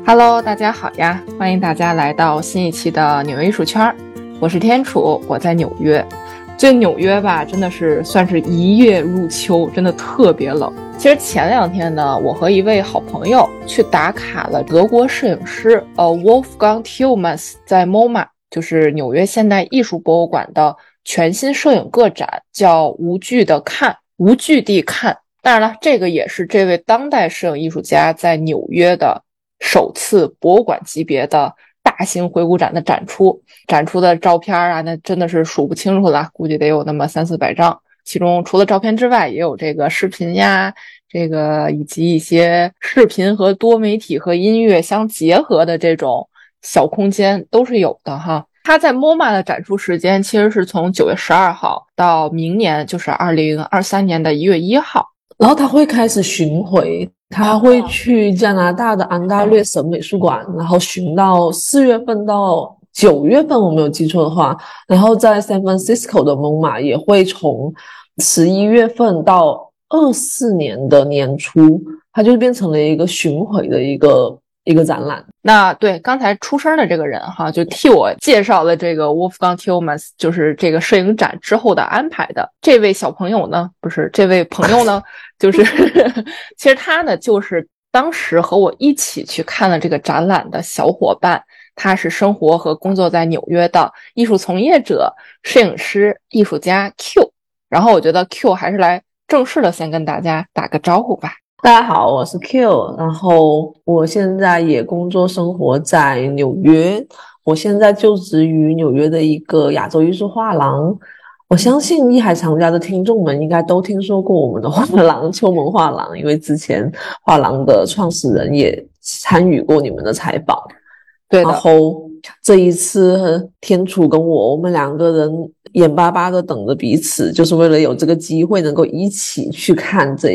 Hello， 大家好呀！欢迎大家来到新一期的纽约艺术圈。我是天楚，我在纽约。这纽约吧，真的是算是一月入秋，真的特别冷。其实前2天呢，我和一位好朋友去打卡了德国摄影师Wolfgang Tillmans 在 MoMA， 就是纽约现代艺术博物馆的全新摄影个展，叫无惧地看。当然了，这个也是这位当代摄影艺术家在纽约的首次博物馆级别的大型回顾展的展出的照片啊，那真的是数不清楚了，估计得有那么300-400张。其中除了照片之外，也有这个视频呀，以及一些视频和多媒体和音乐相结合的这种小空间都是有的哈。它在 MoMA 的展出时间其实是从9月12号到明年就是2023年的1月1号。 然后他会开始巡回，他会去加拿大的安大略省美术馆，然后巡到4月份到9月份，我没有记错的话，然后在 San Francisco 的 MoMA 也会从11月份到24年的年初，它就变成了一个巡回的一个展览。 那对刚才出声的这个人哈，就替我介绍了这个 Wolfgang Tillmans， 就是这个摄影展之后的安排的。这位朋友呢，就是其实他呢就是当时和我一起去看了这个展览的小伙伴，他是生活和工作在纽约的艺术从业者、摄影师、艺术家 Q。 然后我觉得 Q 还是来正式的先跟大家打个招呼吧。 大家好，我是 Q， 然后我现在也工作生活在纽约，我现在就职于纽约的一个亚洲艺术画廊。我相信艺海藏家的听众们应该都听说过我们的画廊秋萌画廊，因为之前画廊的创始人也参与过你们的采访。 对的。 然后这一次天楚跟我们2个人眼巴巴的等着彼此，就是为了有这个机会能够一起去看这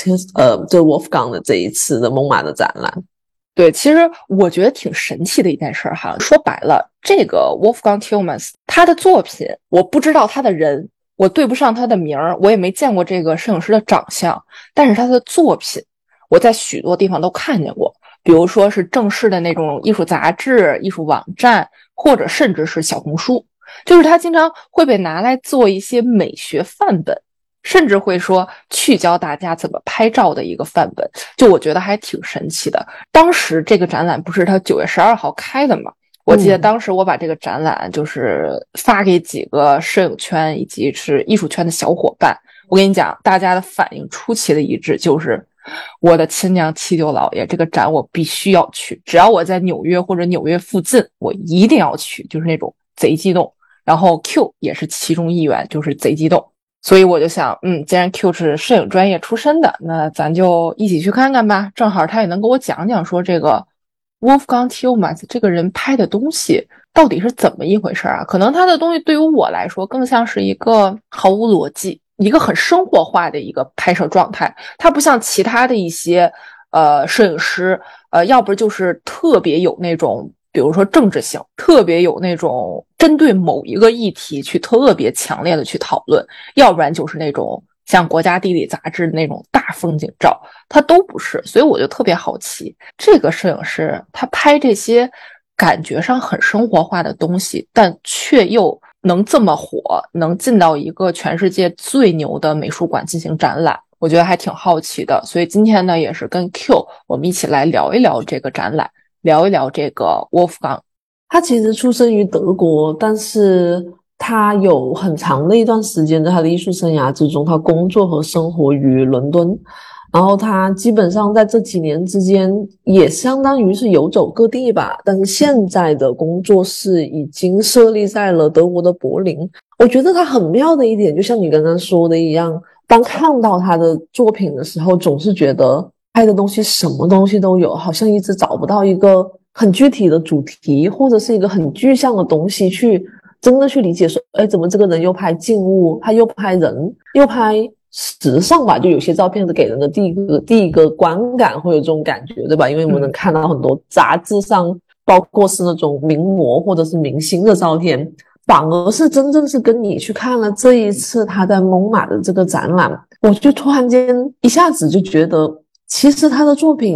Wolfgang 的这一次的MoMA的展览。 对，其实我觉得挺神奇的一件事哈。说白了，这个 Wolfgang Tillmans 他的作品我不知道他的人，我对不上他的名儿，我也没见过这个摄影师的长相，但是他的作品我在许多地方都看见过，比如说是正式的那种艺术杂志、艺术网站，或者甚至是小红书，就是他经常会被拿来做一些美学范本，甚至会说去教大家怎么拍照的一个范本，就我觉得还挺神奇的。当时这个展览不是他9月12号开的吗？我记得当时我把这个展览就是发给几个摄影圈以及是艺术圈的小伙伴，我跟你讲，大家的反应出奇的一致，就是我的亲娘七舅姥爷，这个展我必须要去，只要我在纽约或者纽约附近我一定要去，就是那种贼激动。然后 Q 也是其中一员，就是贼激动。所以我就想既然 Q 是摄影专业出身的，那咱就一起去看看吧，正好他也能给我讲讲说这个 Wolfgang Tillmans 这个人拍的东西到底是怎么一回事啊。可能他的东西对于我来说更像是一个毫无逻辑，一个很生活化的一个拍摄状态，它不像其他的一些摄影师要不就是特别有那种比如说政治性，特别有那种针对某一个议题去特别强烈的去讨论，要不然就是那种像国家地理杂志的那种大风景照，它都不是。所以我就特别好奇，这个摄影师他拍这些感觉上很生活化的东西，但却又能这么火，能进到一个全世界最牛的美术馆进行展览，我觉得还挺好奇的。所以今天呢，也是跟 Q 我们一起来聊一聊这个展览，聊一聊这个 Wolfgang。 他其实出生于德国，但是他有很长的一段时间在他的艺术生涯之中，他工作和生活于伦敦，然后他基本上在这几年之间也相当于是游走各地吧，但是现在的工作室已经设立在了德国的柏林。我觉得他很妙的一点，就像你刚刚说的一样，当看到他的作品的时候，总是觉得拍的东西什么东西都有，好像一直找不到一个很具体的主题或者是一个很具象的东西去真的去理解说，怎么这个人又拍静物，他又拍人，又拍时尚吧，就有些照片给人的第一个观感会有这种感觉，对吧？因为我们能看到很多杂志上包括是那种名模或者是明星的照片，反而是真正是跟你去看了这一次他在MoMA的这个展览，我就突然间一下子就觉得其实他的作品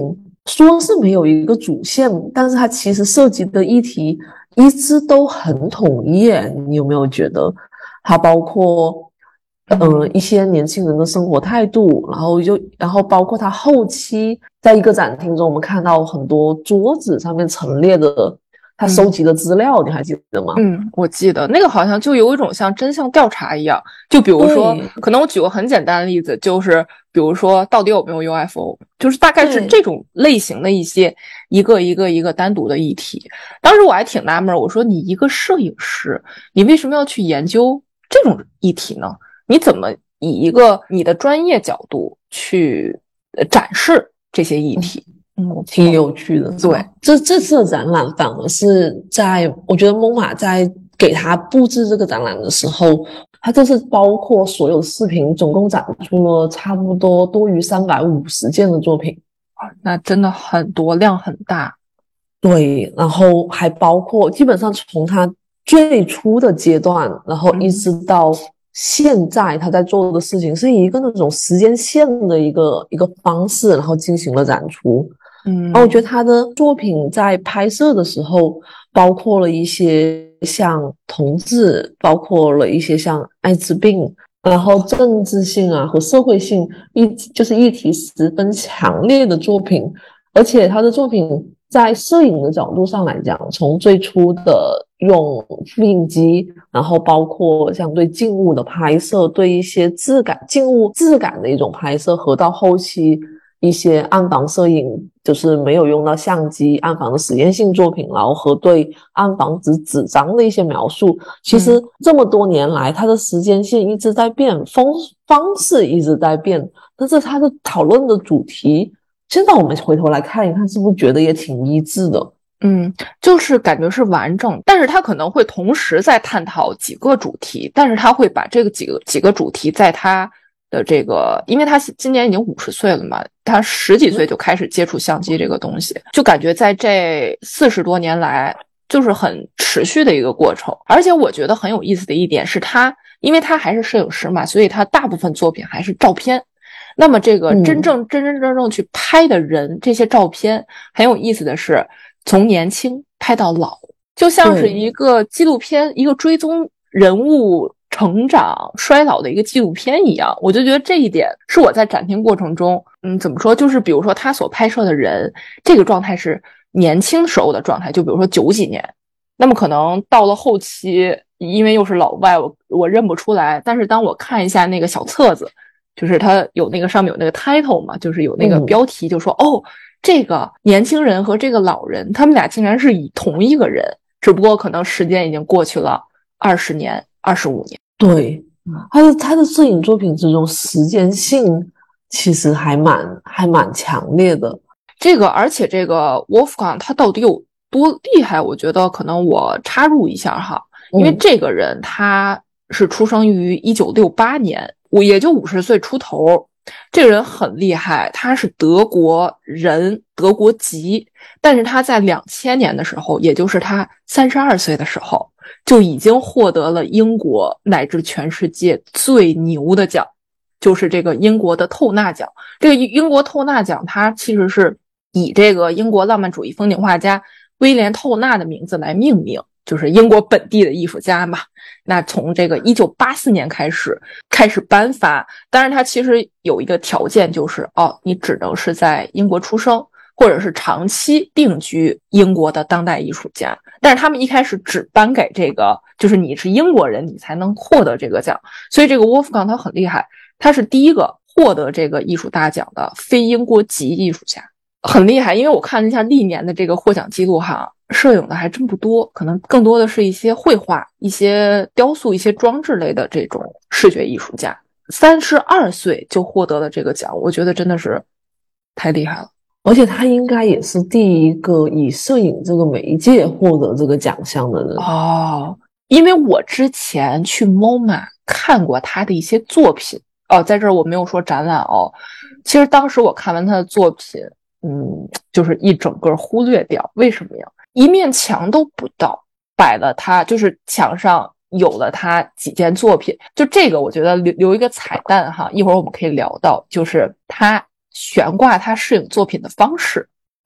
说是没有一个主线，但是它其实涉及的议题一直都很统一耶，你有没有觉得？它包括一些年轻人的生活态度，然后包括他后期在一个展厅中，我们看到很多桌子上面陈列的他收集的资料，你还记得吗？ 我记得那个好像就有一种像真相调查一样，就比如说，可能我举个很简单的例子，就是比如说到底有没有 UFO， 就是大概是这种类型的一个单独的议题。当时我还挺纳闷，我说你一个摄影师，你为什么要去研究这种议题呢？你怎么以一个你的专业角度去展示这些议题？ 挺有趣的。 对， 这次的展览反而是我觉得MoMA在给他布置这个展览的时候，他这次包括所有视频，总共展出了差不多多于350件的作品。 那真的很多，量很大。 对，然后还包括基本上从他最初的阶段，然后一直到现在他在做的事情，是以一个那种时间线的一个方式，然后进行了展出。然后我觉得他的作品在拍摄的时候，包括了一些像同志，包括了一些像艾滋病，然后政治性啊和社会性就是议题十分强烈的作品，而且他的作品在摄影的角度上来讲，从最初的用复印机，然后包括像对静物的拍摄，对一些静物质感的一种拍摄，和到后期一些暗房摄影，就是没有用到相机暗房的实验性作品，然后和对暗房纸张的一些描述，其实这么多年来，它的时间线一直在变，方式一直在变，但是它的讨论的主题，现在我们回头来看一看，是不是觉得也挺一致的？ 就是感觉是完整，但是他可能会同时在探讨几个主题，但是他会把这个几个主题在他的这个，因为他今年已经50岁了嘛，他10几岁就开始接触相机这个东西，就感觉在这40多年来就是很持续的一个过程。而且我觉得很有意思的一点是因为他还是摄影师嘛，所以他大部分作品还是照片。那么这个真正去拍的人，这些照片很有意思的是，从年轻拍到老，就像是一个纪录片，一个追踪人物成长衰老的一个纪录片一样。我就觉得这一点是我在展厅过程中，怎么说，就是比如说他所拍摄的人，这个状态是年轻时候的状态，就比如说90几年，那么可能到了后期，因为又是老外，我认不出来，但是当我看一下那个小册子，就是它有那个上面有那个 title 嘛，就是有那个标题，就说这个年轻人和这个老人，他们俩竟然是以同一个人，只不过可能时间已经过去了20年、25年。 对，他的摄影作品之中，时间性其实还蛮强烈的。 而且这个 Wolfgang 他到底有多厉害？我觉得可能我插入一下哈，因为这个人他是出生于1968年，也就50岁出头。这个人很厉害，他是德国人，德国籍，但是他在2000年的时候，也就是他32岁的时候，就已经获得了英国乃至全世界最牛的奖，就是这个英国的透纳奖。这个英国透纳奖，它其实是以这个英国浪漫主义风景画家威廉·透纳的名字来命名，就是英国本地的艺术家嘛。那从这个1984年开始颁发，当然它其实有一个条件，就是你只能是在英国出生，或者是长期定居英国的当代艺术家。但是他们一开始只颁给这个，就是你是英国人，你才能获得这个奖。所以这个 Wolfgang 他很厉害，他是第一个获得这个艺术大奖的非英国籍艺术家，很厉害。因为我看了一下历年的这个获奖记录哈，摄影的还真不多，可能更多的是一些绘画、一些雕塑、一些装置类的这种视觉艺术家。32岁就获得了这个奖，我觉得真的是太厉害了。 而且他应该也是第一个以摄影这个媒介获得这个奖项的人。 因为我之前去 MoMA 看过他的一些作品，在这儿我没有说展览其实当时我看完他的作品，就是一整个忽略掉。为什么呀？一面墙都不到，摆了他，就是墙上有了他几件作品。就这个我觉得留一个彩蛋哈，一会儿我们可以聊到，就是他悬挂他摄影作品的方式。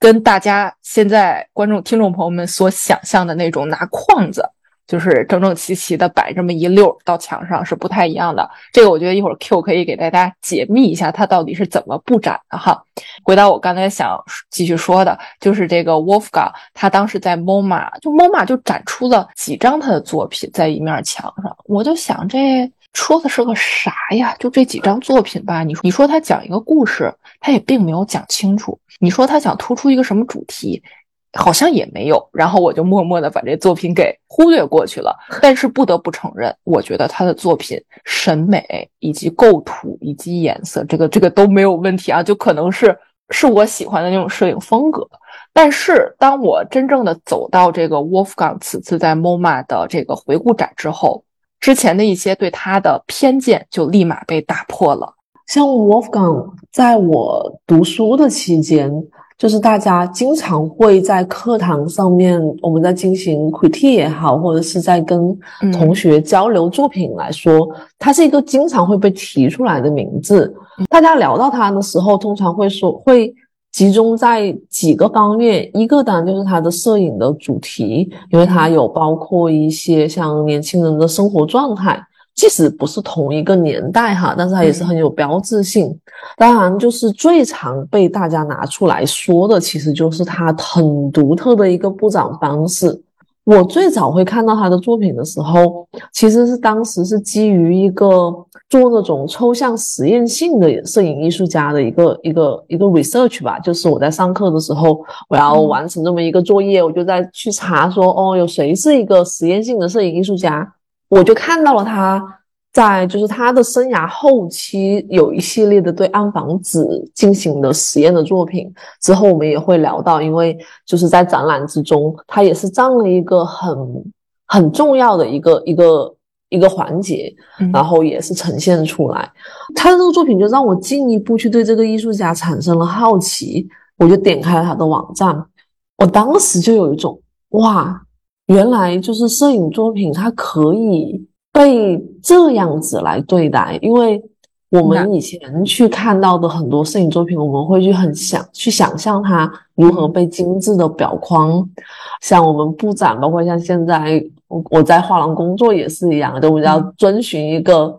跟大家现在观众听众朋友们所想象的那种拿框子就是整整齐齐的摆这么一溜到墙上是不太一样的。这个我觉得一会儿 Q 可以给大家解密一下它到底是怎么布展的哈。回到我刚才想继续说的，就是这个 Wolfgang 他当时在 MoMA 就展出了几张他的作品在一面墙上，我就想这说的是个啥呀？就这几张作品吧，你说他讲一个故事，他也并没有讲清楚。你说他想突出一个什么主题，好像也没有。然后我就默默的把这作品给忽略过去了。但是不得不承认，我觉得他的作品审美以及构图以及颜色，这个都没有问题啊，就可能是我喜欢的那种摄影风格。但是当我真正的走到这个 Wolfgang 此次在 MoMA 的这个回顾展之后，之前的一些对他的偏见就立马被打破了。 像 Wolfgang 在我读书的期间，就是大家经常会在课堂上面，我们在进行 critique 也好，或者是在跟同学交流作品来说，他是一个经常会被提出来的名字。大家聊到他的时候，通常会集中在几个方面，一个当然就是他的摄影的主题，因为他有包括一些像年轻人的生活状态，即使不是同一个年代哈，但是它也是很有标志性。当然就是最常被大家拿出来说的，其实就是他很独特的一个布展方式。我最早会看到他的作品的时候，其实是当时是基于一个做那种抽象实验性的摄影艺术家的一个 research 吧，就是我在上课的时候，我要完成这么一个作业，我就在去查说，有谁是一个实验性的摄影艺术家，我就看到了他在就是他的生涯后期有一系列的对暗房子进行的实验的作品，之后我们也会聊到，因为就是在展览之中，他也是占了一个很重要的一个环节，然后也是呈现出来。他的这个作品就让我进一步去对这个艺术家产生了好奇，我就点开了他的网站，我当时就有一种哇，原来就是摄影作品它可以被这样子来对待。因为我们以前去看到的很多摄影作品，我们会去想象它如何被精致的裱框，像我们布展，包括像现在我在画廊工作也是一样的，我们要遵循一个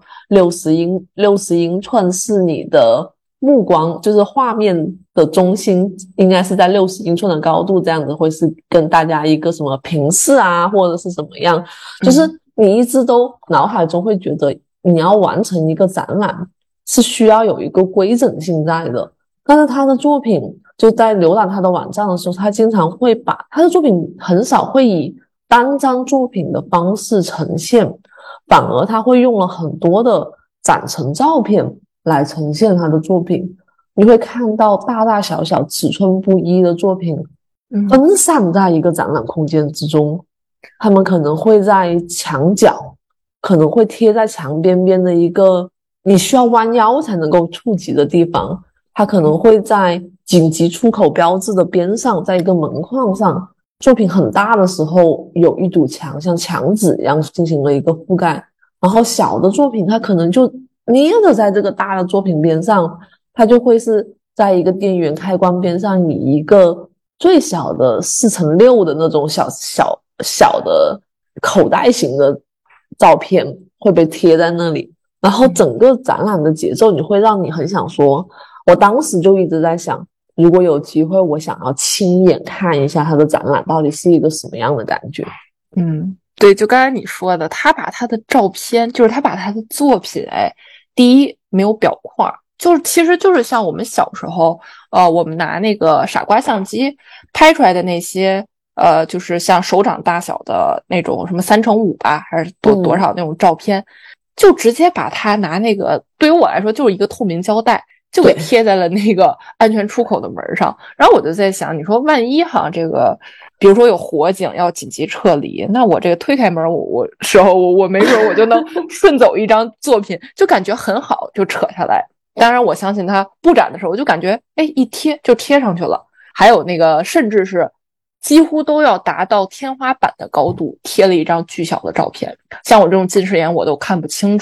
60英寸是你的目光，就是画面的中心应该是在60英寸的高度，这样子会是跟大家一个什么平视啊，或者是怎么样，就是你一直都脑海中会觉得你要完成一个展览是需要有一个规整性在的。但是他的作品就在浏览他的网站的时候，他经常会把他的作品很少会以单张作品的方式呈现，反而他会用了很多的展成照片来呈现他的作品。你会看到大大小小尺寸不一的作品分散在一个展览空间之中，他们可能会在墙角，可能会贴在墙边边的一个你需要弯腰才能够触及的地方，它可能会在紧急出口标志的边上，在一个门框上。作品很大的时候有一堵墙像墙纸一样进行了一个覆盖，然后小的作品它可能就捏着在这个大的作品边上，它就会是在一个电源开关边上，以一个最小的4×6的那种小的口袋型的照片会被贴在那里。然后整个展览的节奏你会让你很想说，我当时就一直在想，如果有机会我想要亲眼看一下他的展览到底是一个什么样的感觉。 对，就刚才你说的，他把他的照片，就是他把他的作品，第一没有裱框，其实就是像我们小时候我们拿那个傻瓜相机拍出来的那些就是像手掌大小的那种什么3×5吧，还是多少那种照片，就直接把它拿那个，对于我来说就是一个透明胶带就给贴在了那个安全出口的门上。然后我就在想，你说万一这个比如说有火警要紧急撤离，那我这个推开门，我没准我就能顺走一张作品，就感觉很好，就扯下来。当然我相信他布展的时候，我就感觉一贴就贴上去了。还有那个甚至是几乎都要达到天花板的高度贴了一张巨小的照片，像我这种近视眼我都看不清楚。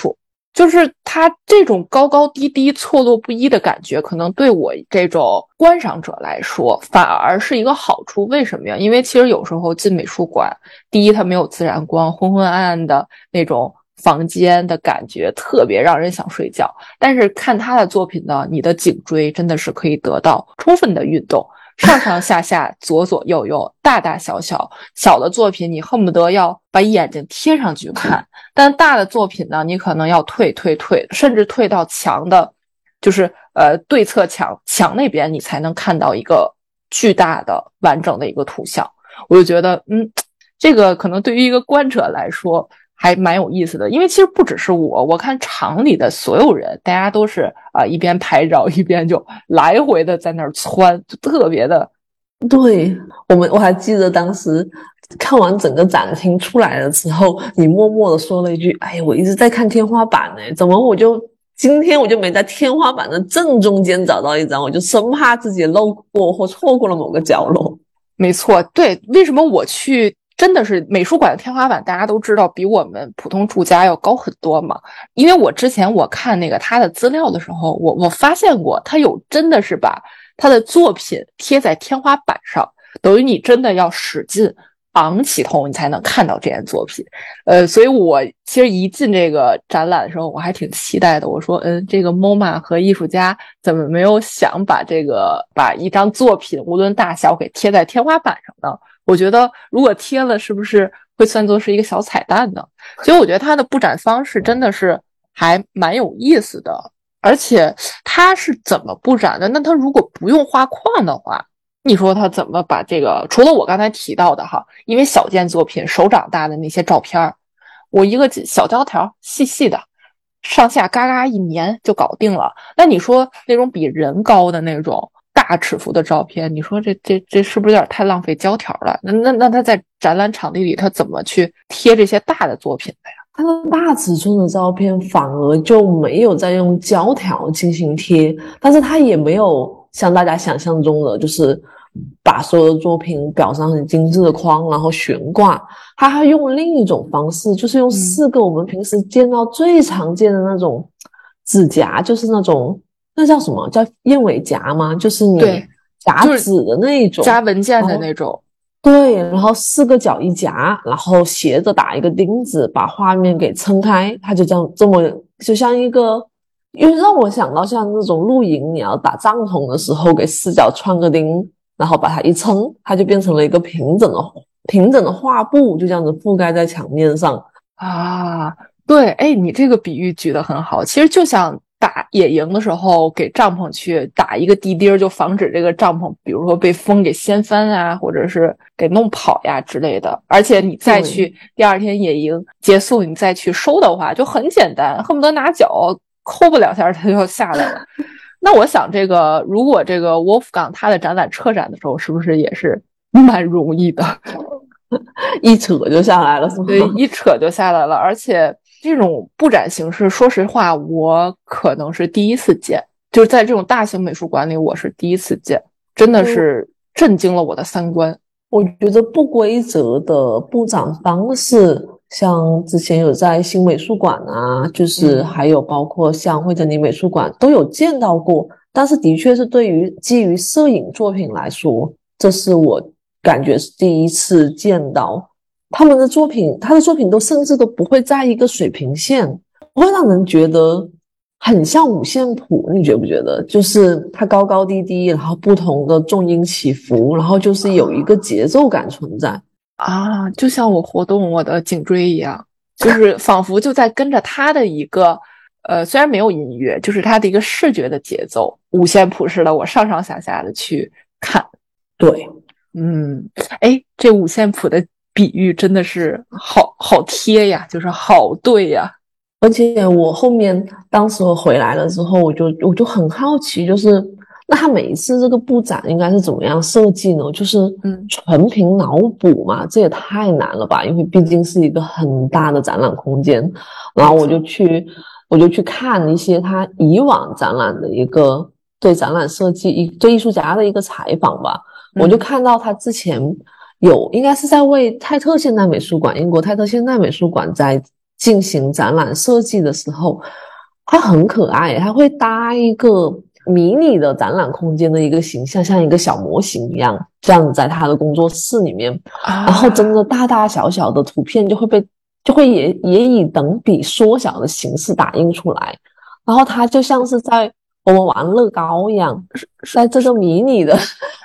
就是它这种高高低低、错落不一的感觉，可能对我这种观赏者来说，反而是一个好处。为什么呀？因为其实有时候进美术馆，第一，它没有自然光，昏昏暗暗的那种房间的感觉，特别让人想睡觉。但是看他的作品呢，你的颈椎真的是可以得到充分的运动。上上下下左左右右大大小小，小的作品你恨不得要把眼睛贴上去看，但大的作品呢，你可能要退，甚至退到墙的，就是对侧墙那边，你才能看到一个巨大的完整的一个图像。我就觉得这个可能对于一个观者来说还蛮有意思的，因为其实不只是我看场里的所有人，大家都是一边拍照一边就来回的在那儿窜，就特别的。 对，我还记得当时看完整个展厅出来了之后，你默默的说了一句：“哎，我一直在看天花板呢，怎么今天我就没在天花板的正中间找到一张，我就生怕自己漏过或错过了某个角落。” 没错，对，为什么我去真的是美术馆的天花板，大家都知道比我们普通住家要高很多嘛？因为我之前看那个他的资料的时候，我发现过他有真的是把他的作品贴在天花板上，等于你真的要使劲昂起头，你才能看到这件作品。所以我其实一进这个展览的时候，我还挺期待的。我说，这个 MoMA 和艺术家怎么没有想把一张作品无论大小给贴在天花板上呢？我觉得如果贴了，是不是会算作是一个小彩蛋呢？所以我觉得它的布展方式真的是还蛮有意思的。而且它是怎么布展的？那它如果不用画框的话，你说他怎么把这个？除了我刚才提到的哈，因为小件作品手掌大的那些照片，我一个小胶条细细的，上下嘎嘎一粘就搞定了。那你说那种比人高的那种大尺幅的照片，你说这是不是有点太浪费胶条了？那他在展览场地里他怎么去贴这些大的作品的呀？ 它的大尺寸的照片反而就没有再用胶条进行贴，但是它也没有像大家想象中的，就是把所有的作品裱上很精致的框，然后悬挂。它还用另一种方式，就是用4个我们平时见到最常见的那种纸夹，就是那叫什么叫燕尾夹吗？就是你夹纸的那一种， 夹文件的那种。 对，然后4个角一夹，然后斜着打一个钉子，把画面给撑开，它就这么就像一个，因为让我想到像那种露营，你要打帐篷的时候给4角穿个钉，然后把它一撑，它就变成了一个平整的画布，就这样子覆盖在墙面上啊。对，你这个比喻举得很好，其实就像打野营的时候给帐篷去打一个地钉，就防止这个帐篷比如说被风给掀翻啊，或者是给弄跑呀之类的。而且你再去第二天野营结束，你再去收的话就很简单，恨不得拿脚抠不2下它就下来了。那我想如果这个 Wolfgang 他的展览撤展的时候，是不是也是蛮容易的？ 一扯就下来了，是吗？ 对，一扯就下来了。而且这种布展形式，说实话，我可能是第一次见，就是在这种大型美术馆里，我是第一次见，真的是震惊了我的3观。 我觉得不规则的布展方式，像之前有在新美术馆啊，就是还有包括像惠特尼美术馆都有见到过，但是的确是对于基于摄影作品来说，这是我感觉是第一次见到他的作品都甚至都不会在一个水平线，不会让人觉得很像五线谱，你觉不觉得？就是它高高低低，然后不同的重音起伏，然后就是有一个节奏感存在啊，就像我活动我的颈椎一样，就是仿佛就在跟着它的一个虽然没有音乐，就是它的一个视觉的节奏，五线谱似的，我上上下下的去看。 对， 这五线谱的比喻真的是好贴呀，就是好对呀。 而且我后面当时我回来了之后，我就很好奇，就是那他每一次这个布展应该是怎么样设计呢？就是纯凭脑补嘛，这也太难了吧？因为毕竟是一个很大的展览空间。然后我就去看一些他以往展览的一个对展览设计对艺术家的一个采访吧。我就看到他之前应该是在为泰特现代美术馆，英国泰特现代美术馆在进行展览设计的时候， 它很可爱，它会搭一个迷你的展览空间的一个形象，像一个小模型一样，这样在他的工作室里面，然后真的大大小小的图片就会也以等比缩小的形式打印出来，然后它就像是在我们玩乐高一样，在这个迷你的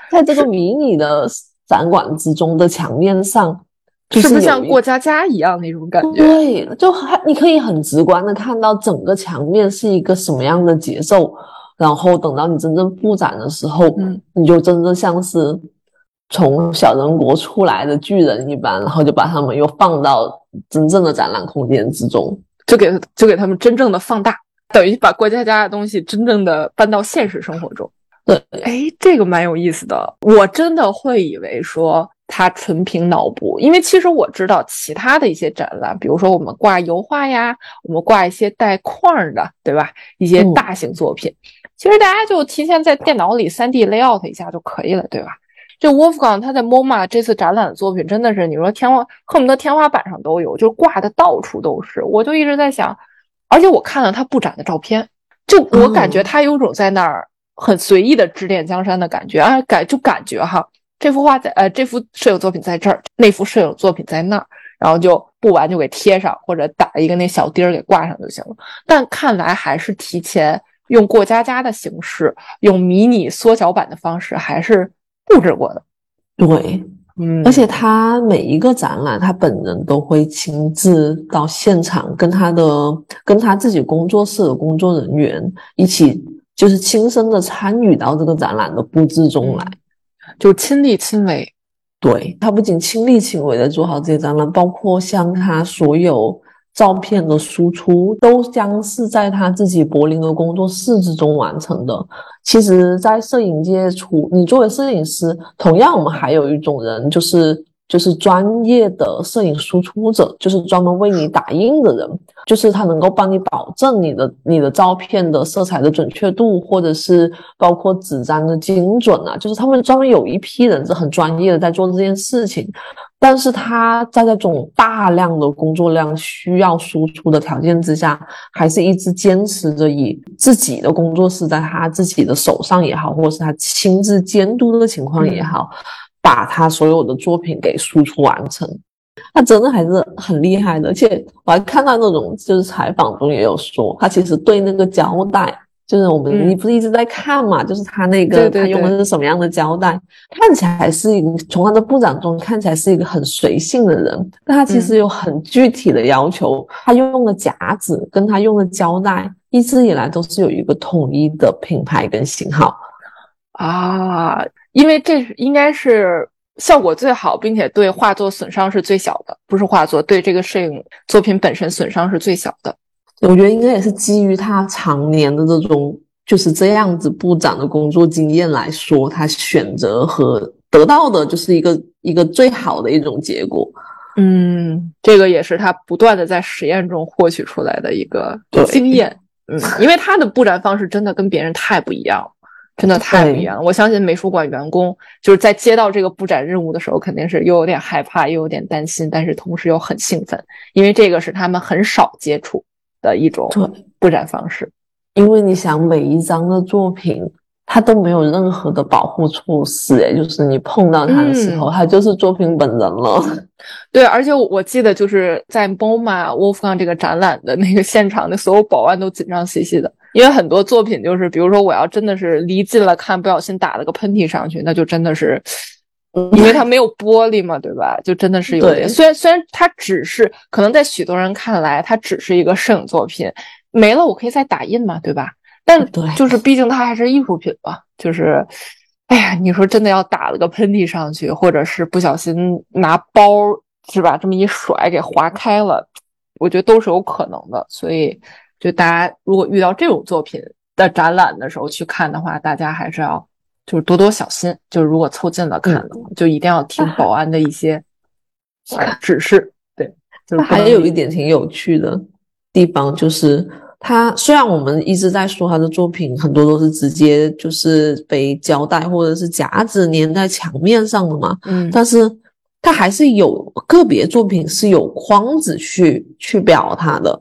展馆之中的墙面上，就是不是像过家家一样那种感觉？ 对，就你可以很直观的看到整个墙面是一个什么样的节奏，然后等到你真正布展的时候，你就真的像是从小人国出来的巨人一般，然后就把他们又放到真正的展览空间之中， 就给他们真正的放大，等于把过家家的东西真正的搬到现实生活中。 对， 这个蛮有意思的。我真的会以为说它纯凭脑补，因为其实我知道其他的一些展览，比如说我们挂油画呀，我们挂一些带框的，对吧？一些大型作品，其实大家就提前在电脑里 3D layout 一下就可以了，对吧？这 Wolfgang 他在 MoMA 这次展览的作品真的是，你说恨不得天花板上都有，就挂的到处都是。我就一直在想，而且我看了他布展的照片，就我感觉他有种在那儿很随意的指点江山的感觉啊，感觉哈，这幅画这幅摄影作品在这儿，那幅摄影作品在那儿，然后就布完就给贴上，或者打一个那小钉儿给挂上就行了。但看来还是提前用过家家的形式，用迷你缩小版的方式，还是布置过的。 对，而且他每一个展览，他本人都会亲自到现场，跟他自己工作室的工作人员一起，就是亲身的参与到这个展览的布置中来， 就亲力亲为。 对，他不仅亲力亲为的做好这些展览，包括像他所有照片的输出都将是在他自己柏林的工作室之中完成的。其实在摄影界你作为摄影师，同样我们还有一种人，就是专业的摄影输出者，就是专门为你打印的人，就是他能够帮你保证你的照片的色彩的准确度，或者是包括纸张的精准啊，就是他们专门有一批人是很专业的在做这件事情。但是他在这种大量的工作量需要输出的条件之下，还是一直坚持着以自己的工作室在他自己的手上也好，或者是他亲自监督的情况也好，把他所有的作品给输出完成。他真的还是很厉害的。而且我还看到那种就是采访中也有说，他其实对那个胶带，就是我们你不是一直在看嘛，就是他那个他用的是什么样的胶带，看起来是一个从他的布展中看起来是一个很随性的人，但他其实有很具体的要求，他用的夹子跟他用的胶带一直以来都是有一个统一的品牌跟型号啊，因为这应该是效果最好，并且对画作损伤是最小的，不是画作，对这个摄影作品本身损伤是最小的。 我觉得应该也是基于他常年的这种就是这样子布展的工作经验来说，他选择和得到的就是一个最好的一种结果。 这个也是他不断的在实验中获取出来的一个经验。因为他的布展方式真的跟别人太不一样了，真的太不一样了。我相信美术馆员工就是在接到这个布展任务的时候，肯定是又有点害怕，又有点担心，但是同时又很兴奋，因为这个是他们很少接触的一种布展方式。 因为你想每一张的作品它都没有任何的保护措施，就是你碰到它的时候，它就是作品本人了。 对，而且我记得就是在 MoMA Wolfgang 这个展览的那个现场的所有保安都紧张兮兮的，因为很多作品就是比如说我要真的是离近了看，不小心打了个喷嚏上去，那就真的是因为它没有玻璃嘛，对吧？就真的是有点，虽然它只是可能在许多人看来它只是一个摄影作品，没了我可以再打印嘛，对吧？但就是毕竟它还是艺术品吧，就是哎呀，你说真的要打了个喷嚏上去，或者是不小心拿包是吧这么一甩给划开了，我觉得都是有可能的。所以就大家如果遇到这种作品的展览的时候去看的话，大家还是要就是多多小心，就是如果凑近了看的话，就一定要听保安的一些指示。对，就是还有一点挺有趣的地方，就是他虽然我们一直在说他的作品很多都是直接就是被胶带或者是夹子粘在墙面上的嘛，但是他还是有个别作品是有框子去表它的。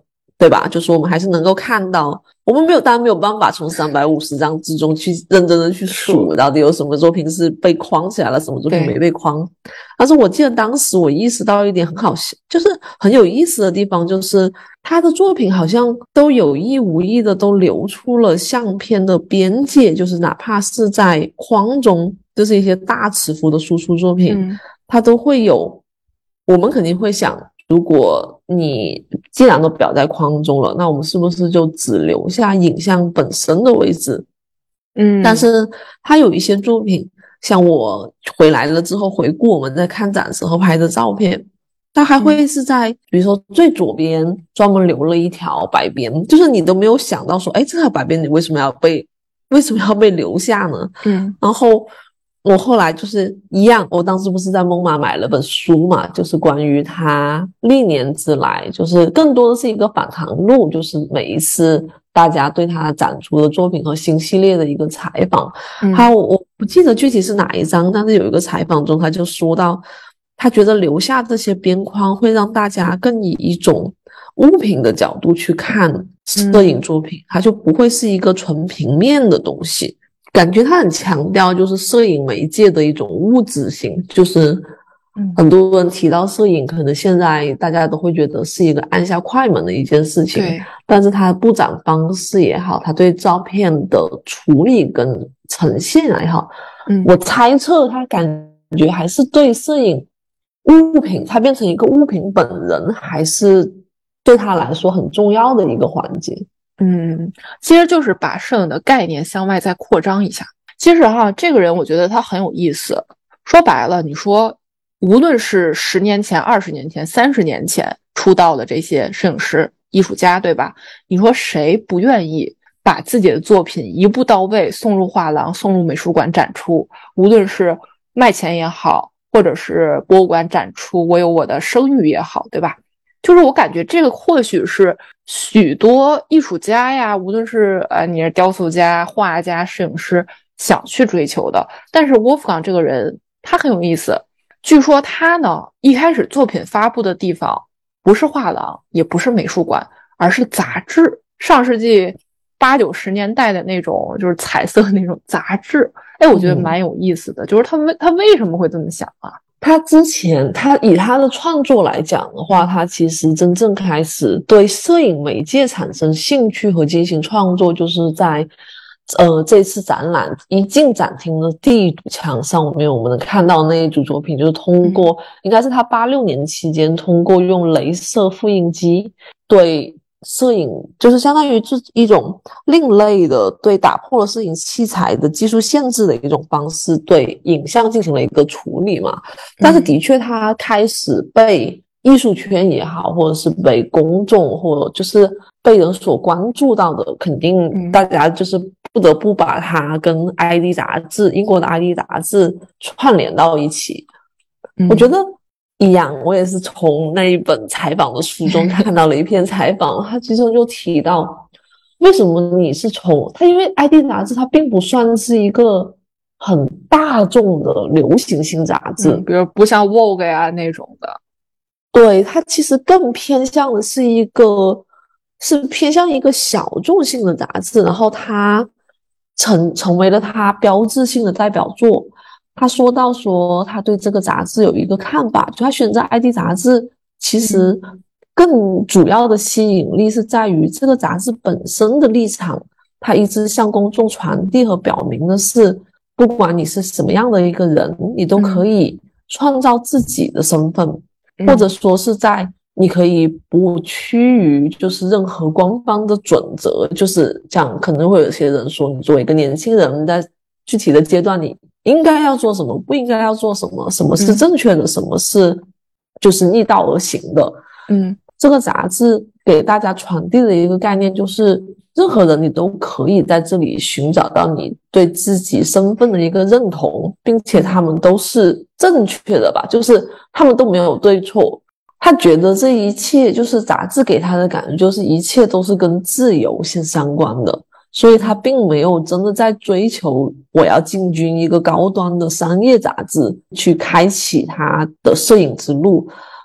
对吧？就是我们还是能够看到，我们当然没有办法从350张之中去认真的去数到底有什么作品是被框起来了，什么作品没被框。但是我记得当时我意识到一点很好笑，就是很有意思的地方，就是他的作品好像都有意无意的都流出了相片的边界，就是哪怕是在框中，就是一些大尺幅的输出作品，它都会有，我们肯定会想，如果你既然都表在框中了，那我们是不是就只留下影像本身的位置？但是他有一些作品，像我回来了之后回顾我们在看展时候拍的照片，他还会是在比如说最左边专门留了一条白边，就是你都没有想到说，哎，这条白边你为什么要被留下呢？然后我后来就是一样，我当时不是在蒙马买了本书嘛，就是关于他历年之来，就是更多的是一个访谈录，就是每一次大家对他展出的作品和新系列的一个采访。还有我不记得具体是哪一章，但是有一个采访中他就说到，他觉得留下这些边框会让大家更以一种物品的角度去看摄影作品，它就不会是一个纯平面的东西。感觉他很强调就是摄影媒介的一种物质性，就是很多人提到摄影，可能现在大家都会觉得是一个按下快门的一件事情，但是它的布展方式也好，它对照片的处理跟呈现也好，我猜测他感觉还是对摄影物品，它变成一个物品本人，还是对他来说很重要的一个环节。 其实就是把摄影的概念向外再扩张一下。其实这个人我觉得他很有意思。说白了，你说无论是10年前、20年前、30年前出道的这些摄影师、艺术家，对吧？你说谁不愿意把自己的作品一步到位送入画廊、送入美术馆展出？无论是卖钱也好，或者是博物馆展出，我有我的声誉也好，对吧？就是我感觉这个或许是许多艺术家呀，无论是你是雕塑家、画家、摄影师想去追求的。但是沃夫冈这个人他很有意思，据说他呢一开始作品发布的地方不是画廊，也不是美术馆，而是杂志。上世纪80、90年代的那种就是彩色那种杂志。我觉得蛮有意思的，就是他为什么会这么想啊？ 他之前以他的创作来讲的话，他其实真正开始对摄影媒介产生兴趣和进行创作，就是在这次展览一进展厅的第一堵墙上，我们能看到那一组作品，就是通过应该是他86年期间通过用雷射复印机对摄影，就是相当于是一种另类的对打破了摄影器材的技术限制的一种方式，对影像进行了一个处理嘛。但是的确他开始被艺术圈也好，或者是被公众或者就是被人所关注到的，肯定大家就是不得不把它跟 ID 杂志，英国的 ID 杂志串联到一起。我觉得一样，我也是从那一本采访的书中看到了一篇采访，他其中就提到为什么你是从他，因为 ID 杂志它并不算是一个很大众的流行性杂志， 比如不像 Vogue 呀那种的。 对，它其实更偏向的是偏向一个小众性的杂志，然后它成为了它标志性的代表作。他说到说他对这个杂志有一个看法，就他选择 ID 杂志其实更主要的吸引力是在于这个杂志本身的立场，它一直向公众传递和表明的是，不管你是什么样的一个人，你都可以创造自己的身份，或者说是在你可以不趋于就是任何官方的准则，就是这样。可能会有些人说，你作为一个年轻人，在具体的阶段你应该要做什么，不应该要做什么，什么是正确的，什么是就是逆道而行的。这个杂志给大家传递的一个概念就是任何人你都可以在这里寻找到你对自己身份的一个认同，并且他们都是正确的吧，就是他们都没有对错。他觉得这一切就是杂志给他的感觉就是一切都是跟自由相关的，所以他并没有真的在追求我要进军一个高端的商业杂志去开启他的摄影之路。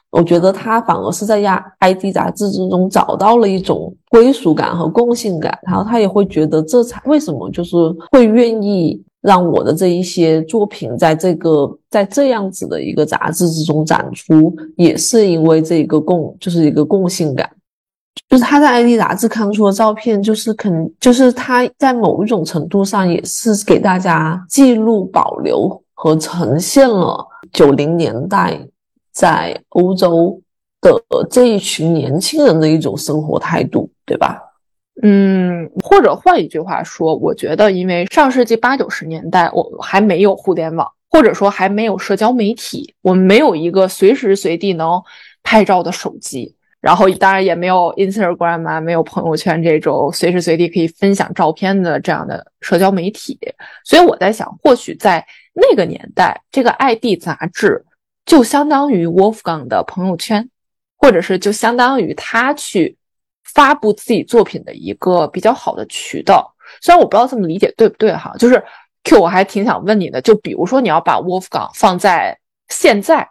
我觉得他反而是在ID 杂志之中找到了一种归属感和共性感，然后他也会觉得这才为什么就是会愿意让我的这一些作品在这样子的一个杂志之中展出，也是因为这个就是一个共性感。就是他在 ID 杂志刊出的照片，就是他在某一种程度上也是给大家记录、保留和呈现了90年代在欧洲的这一群年轻人的一种生活态度，对吧？ 或者换一句话说，我觉得因为上世纪80、90年代我还没有互联网，或者说还没有社交媒体，我们没有一个随时随地能拍照的手机，然后当然也没有 Instagram 啊，没有朋友圈这种随时随地可以分享照片的这样的社交媒体。所以我在想，或许在那个年代，这个 ID 杂志就相当于 Wolfgang 的朋友圈，或者是就相当于他去发布自己作品的一个比较好的渠道。虽然我不知道这么理解对不对哈，就是 Q 我还挺想问你的，就比如说你要把 Wolfgang 放在现在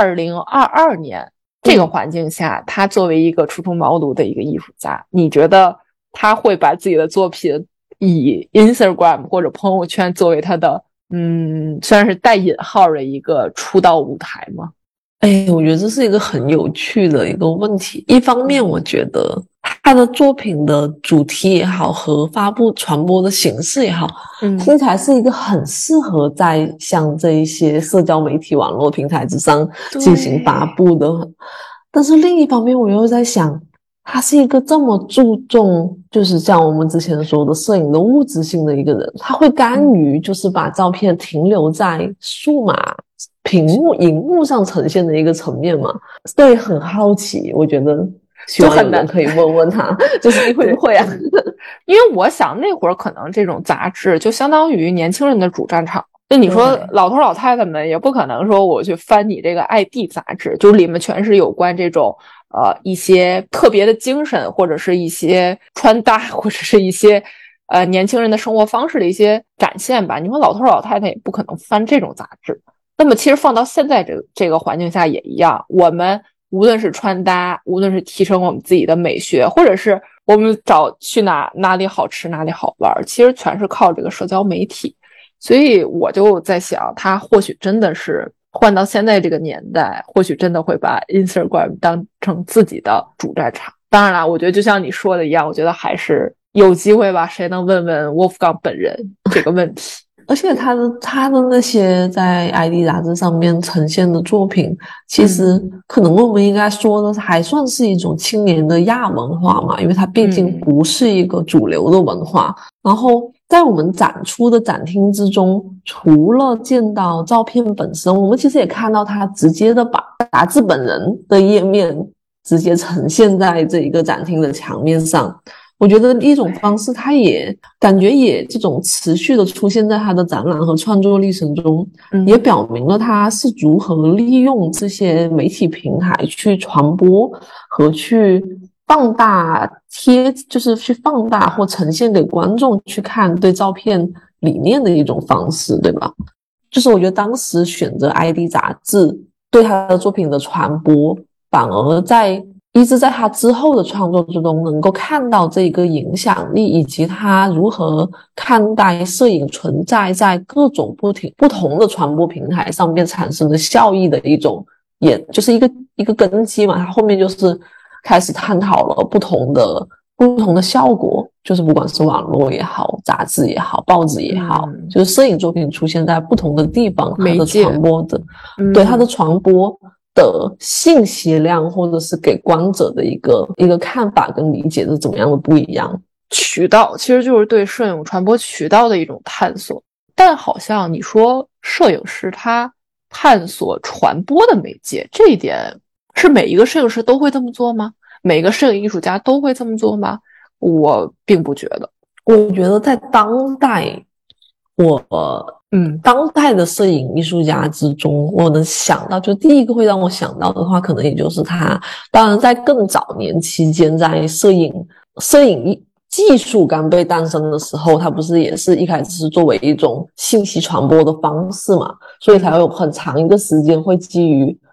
2022年这个环境下，他作为一个初出茅庐的一个艺术家，你觉得他会把自己的作品以 Instagram 或者朋友圈作为他的虽然是带引号的一个出道舞台吗？ 我觉得这是一个很有趣的一个问题。一方面我觉得他的作品的主题也好和传播的形式也好，听起来是一个很适合在像这一些社交媒体网络平台之上进行发布的。但是另一方面我又在想，他是一个这么注重就是像我们之前说的摄影的物质性的一个人，他会甘于就是把照片停留在数码荧幕上呈现的一个层面嘛。对，很好奇，我觉得希望有人可以问问他，就是你会不会啊？ 因为我想那会儿可能这种杂志就相当于年轻人的主战场。就你说老头老太太们也不可能说我去翻你这个 ID 杂志，就是里面全是有关这种一些特别的精神，或者是一些穿搭，或者是一些年轻人的生活方式的一些展现吧。你说老头老太太也不可能翻这种杂志。那么其实放到现在这个环境下也一样，我们无论是穿搭，无论是提升我们自己的美学，或者是我们找去哪里好吃哪里好玩，其实全是靠这个社交媒体。所以我就在想，他或许真的是换到现在这个年代，或许真的会把 Instagram 当成自己的主战场。当然了，我觉得就像你说的一样，我觉得还是有机会吧，谁能问问 Wolfgang 本人这个问题。 而且他的那些在 ID 杂志上面呈现的作品，其实可能我们应该说的还算是一种青年的亚文化嘛，因为它毕竟不是一个主流的文化。然后在我们展出的展厅之中，除了见到照片本身，我们其实也看到他直接的把杂志本人的页面直接呈现在这一个展厅的墙面上。我觉得一种方式，它也感觉也这种持续的出现在他的展览和创作历程中，也表明了他是如何利用这些媒体平台去传播和去放大就是去放大或呈现给观众去看对照片理念的一种方式，对吧？就是我觉得当时选择 ID 杂志对他的作品的传播，反而一直在他之后的创作之中能够看到这个影响力，以及他如何看待摄影存在在各种不同的传播平台上面产生的效益的一种，也就是一个根基嘛。他后面就是开始探讨了不同的效果，就是不管是网络也好，杂志也好，报纸也好，就是摄影作品出现在不同的地方，它的传播的对它的传播的信息量，或者是给观者的一个看法跟理解是怎么样的不一样。 渠道其实就是对摄影传播渠道的一种探索，但好像你说摄影师他探索传播的媒介，这一点是每一个摄影师都会这么做吗？每个摄影艺术家都会这么做吗？我并不觉得。 我觉得在当代当代的摄影艺术家之中，我能想到就第一个会让我想到的话，可能也就是他。当然在更早年期间，在摄影技术刚被诞生的时候，它不是也是一开始是作为一种信息传播的方式嘛，所以才有很长一个时间会基于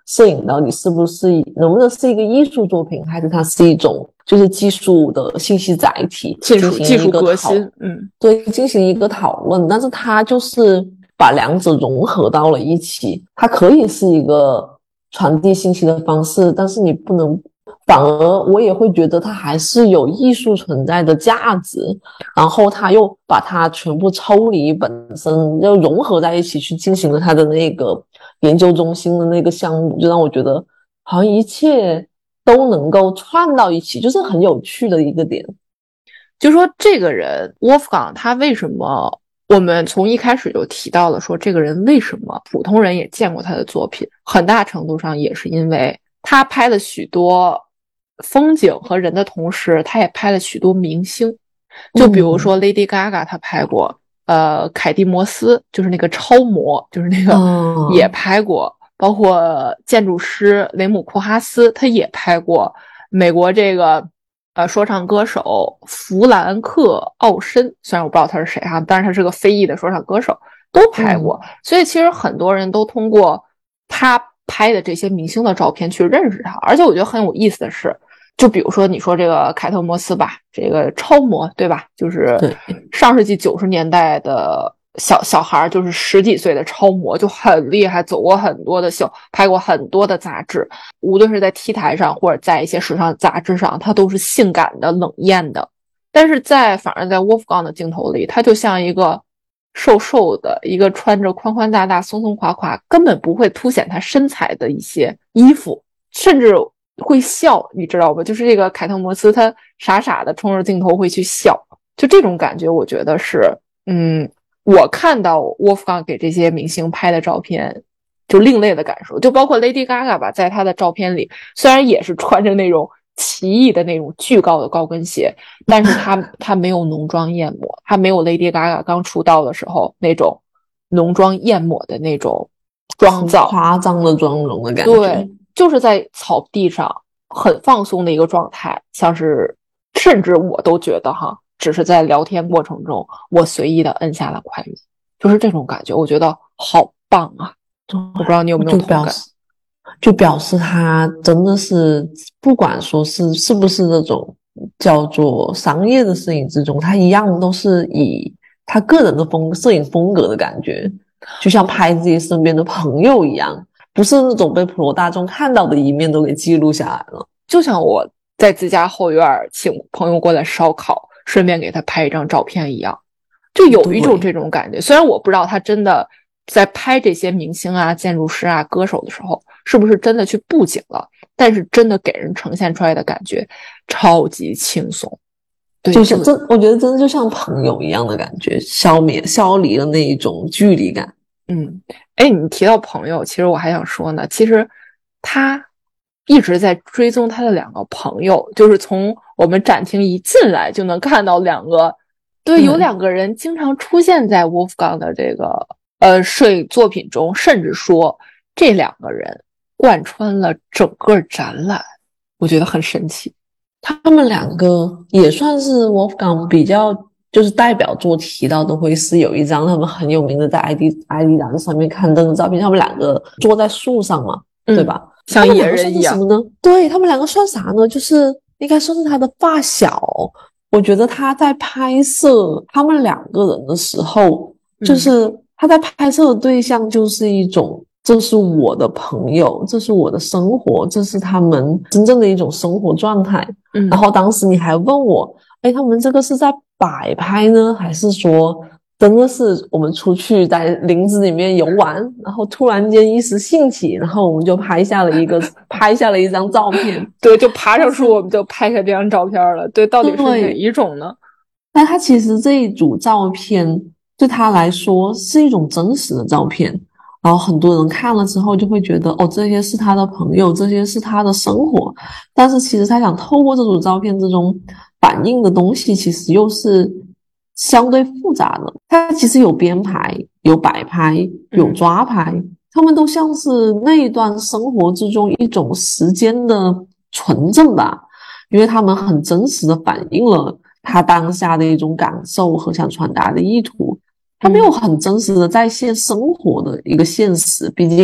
摄影到底是不是能不能是一个艺术作品，还是它是一种就是技术的信息载体， 技术革新， 对，进行一个讨论。但是它就是把两者融合到了一起，它可以是一个传递信息的方式，但是你不能，反而我也会觉得它还是有艺术存在的价值，然后他又把它全部抽离本身，又融合在一起去进行了他的那个研究中心的那个项目，就让我觉得好像一切都能够串到一起，就是很有趣的一个点。 就说这个人 Wolfgang 他为什么，我们从一开始就提到了说这个人为什么普通人也见过他的作品，很大程度上也是因为他拍了许多风景和人的同时，他也拍了许多明星。就比如说 Lady Gaga 他拍过凯蒂摩斯，就是那个超模，就是那个也拍过，包括建筑师雷姆库哈斯他也拍过，美国这个说唱歌手弗兰克奥申，虽然我不知道他是谁哈，但是他是个非裔的说唱歌手，都拍过。所以其实很多人都通过他拍的这些明星的照片去认识他。而且我觉得很有意思的是，就比如说你说这个凯特摩斯吧，这个超模对吧，就是上世纪90年代的小孩，就是10几岁的超模，就很厉害，走过很多的秀，拍过很多的杂志，无论是在 T 台上或者在一些时尚杂志上，他都是性感的冷艳的。但是反而在 Wolfgang 的镜头里，他就像一个瘦瘦的，一个穿着宽宽大大松松垮垮，根本不会凸显他身材的一些衣服，甚至会笑，你知道吧？就是这个凯特摩斯他傻傻的冲着镜头会去笑，就这种感觉我觉得是我看到 Wolfgang 给这些明星拍的照片就另类的感受。就包括 Lady Gaga 吧，在她的照片里虽然也是穿着那种奇异的那种巨高的高跟鞋，但是她没有浓妆艳抹，她没有 Lady Gaga 刚出道的时候那种浓妆艳抹的那种妆造， 夸张的妆容的感觉。 对，就是在草地上很放松的一个状态，像是甚至我都觉得只是在聊天过程中我随意的摁下了快门，就是这种感觉，我觉得好棒啊！我不知道你有没有同感。 就表示他真的是不管说是不是那种叫做商业的摄影之中，他一样都是以他个人的摄影风格的感觉，就像拍自己身边的朋友一样，不是那种被普罗大众看到的一面都给记录下来了。 就像我在自家后院请朋友过来烧烤，顺便给他拍一张照片一样，就有一种这种感觉。虽然我不知道他真的在拍这些明星啊、建筑师啊、歌手的时候是不是真的去布景了，但是真的给人呈现出来的感觉超级轻松。对， 就是我觉得真的就像朋友一样的感觉，消离了那一种距离感。 你提到朋友，其实我还想说呢，其实他一直在追踪他的2个朋友，就是从我们展厅一进来就能看到2个，对，有2个人经常出现在 Wolfgang 的这个摄影作品中，甚至说这2个人贯穿了整个展览，我觉得很神奇。 他们2个也算是 Wolfgang 比较就是代表作提到的，会是有一张他们很有名的在艾迪达上面刊登的照片，他们2个坐在树上嘛，对吧？ 像野人一样。 什么呢？对，他们2个算啥呢？就是应该算是他的发小。我觉得他在拍摄他们2个人的时候，就是他在拍摄的对象就是一种，这是我的朋友，这是我的生活，这是他们真正的一种生活状态。然后当时你还问我，他们这个是在摆拍呢，还是说真的是我们出去在林子里面游玩，然后突然间一时兴起，然后我们就拍下了一张照片。 对，就爬上树我们就拍下这张照片了。对，到底是哪一种呢？ 但他其实这一组照片对他来说是一种真实的照片，然后很多人看了之后就会觉得这些是他的朋友，这些是他的生活，但是其实他想透过这组照片之中反映的东西其实又是相对复杂的。他其实有编排，有摆拍，有抓拍，他们都像是那一段生活之中一种时间的纯正吧，因为他们很真实的反映了他当下的一种感受和想传达的意图。他没有很真实的再现生活的一个现实，毕竟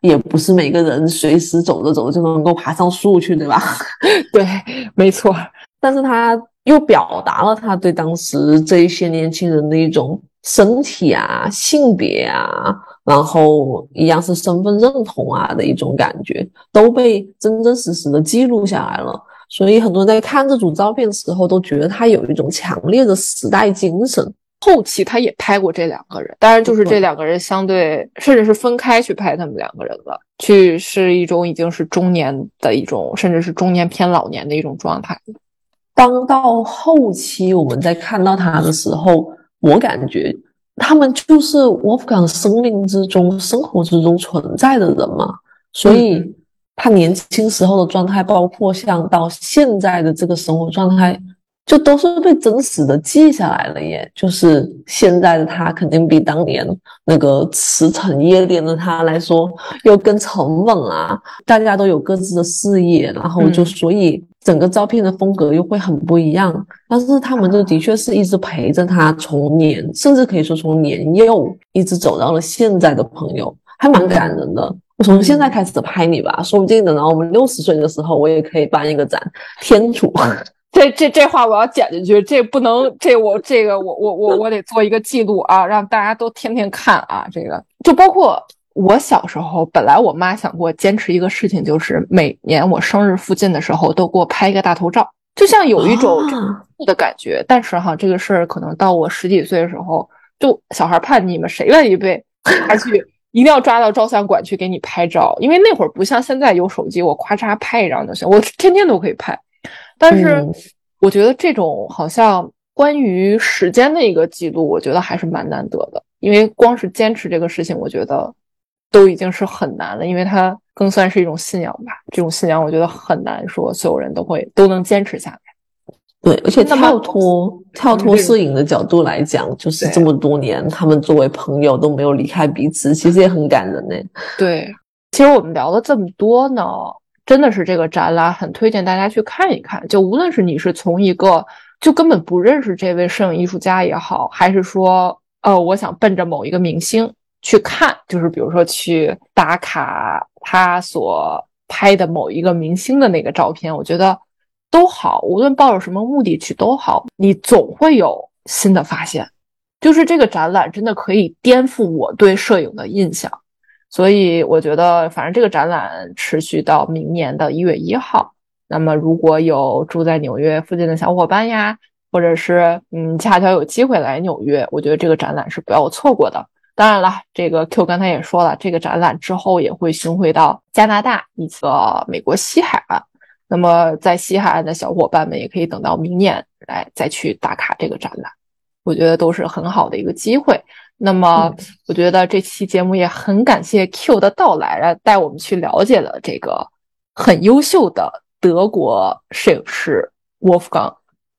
也不是每个人随时走着走着就能够爬上树去，对吧？ 对，没错。 但是他又表达了他对当时这一些年轻人的一种身体啊、性别啊，然后一样是身份认同啊的一种感觉，都被真真实实的记录下来了。所以很多人在看这组照片的时候都觉得他有一种强烈的时代精神。 后期他也拍过这两个人，当然就是这两个人相对甚至是分开去拍他们两个人了，去是一种已经是中年的一种，甚至是中年偏老年的一种状态。 当到后期我们在看到他的时候，我感觉他们就是 Wolfgang 生命之中、生活之中存在的人嘛，所以他年轻时候的状态，包括像到现在的这个生活状态，就都是被真实的记下来了耶。就是现在的他肯定比当年那个驰骋夜店的他来说又更沉稳啊，大家都有各自的事业，然后就所以整个照片的风格又会很不一样。但是他们就的确是一直陪着他从年，甚至可以说从年幼一直走到了现在的朋友，还蛮感人的。我从现在开始拍你吧，说不定等到我们60岁的时候，我也可以办一个展，天主。 这话我要剪进去，这不能，我得做一个记录啊，让大家都天天看啊。这个就包括我小时候，本来我妈想给我坚持一个事情，就是每年我生日附近的时候都给我拍一个大头照，就像有一种的感觉。但是哈，这个事儿可能到我10几岁的时候，就小孩叛逆嘛，谁愿意被他去一定要抓到照相馆去给你拍照？因为那会儿不像现在有手机，我咔嚓拍一张就行，我天天都可以拍。但是我觉得这种好像关于时间的一个记录，我觉得还是蛮难得的，因为光是坚持这个事情，我觉得都已经是很难了，因为它更算是一种信仰吧。这种信仰我觉得很难说所有人都能坚持下来。 对，而且跳脱摄影的角度来讲，就是这么多年他们作为朋友都没有离开彼此，其实也很感人呢。 对，其实我们聊了这么多呢，真的是这个展览很推荐大家去看一看，就无论是你是从一个就根本不认识这位摄影艺术家也好，还是说我想奔着某一个明星去看，就是比如说去打卡他所拍的某一个明星的那个照片，我觉得都好，无论抱着什么目的去都好，你总会有新的发现。就是这个展览真的可以颠覆我对摄影的印象。所以我觉得反正这个展览持续到明年的1月1号，那么如果有住在纽约附近的小伙伴呀，或者是恰巧有机会来纽约，我觉得这个展览是不要错过的。当然了，这个 Q 刚才也说了，这个展览之后也会巡回到加拿大以及美国西海岸，那么在西海岸的小伙伴们也可以等到明年来再去打卡这个展览，我觉得都是很好的一个机会。那么我觉得这期节目也很感谢 Q 的到来，带我们去了解了这个很优秀的德国摄影师 Wolfgang。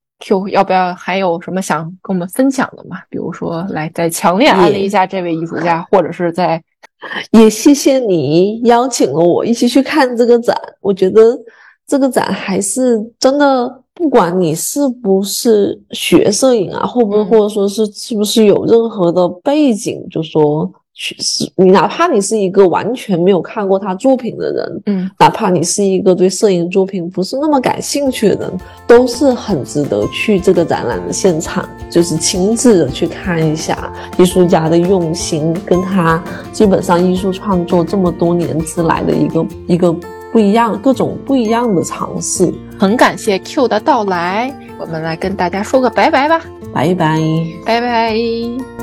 Q 要不要还有什么想跟我们分享的吗？比如说来再强烈安利一下这位艺术家，或者是在也谢谢你邀请了我一起去看这个展。我觉得这个展还是真的，不管你是不是学摄影啊，或者说是不是有任何的背景，就说你哪怕你是一个完全没有看过他作品的人，哪怕你是一个对摄影作品不是那么感兴趣的人，都是很值得去这个展览的现场，就是亲自的去看一下艺术家的用心，跟他基本上艺术创作这么多年之来的一个不一样，各种不一样的尝试。 很感谢 Q 的到来，我们来跟大家说个拜拜吧。 拜拜， 拜拜。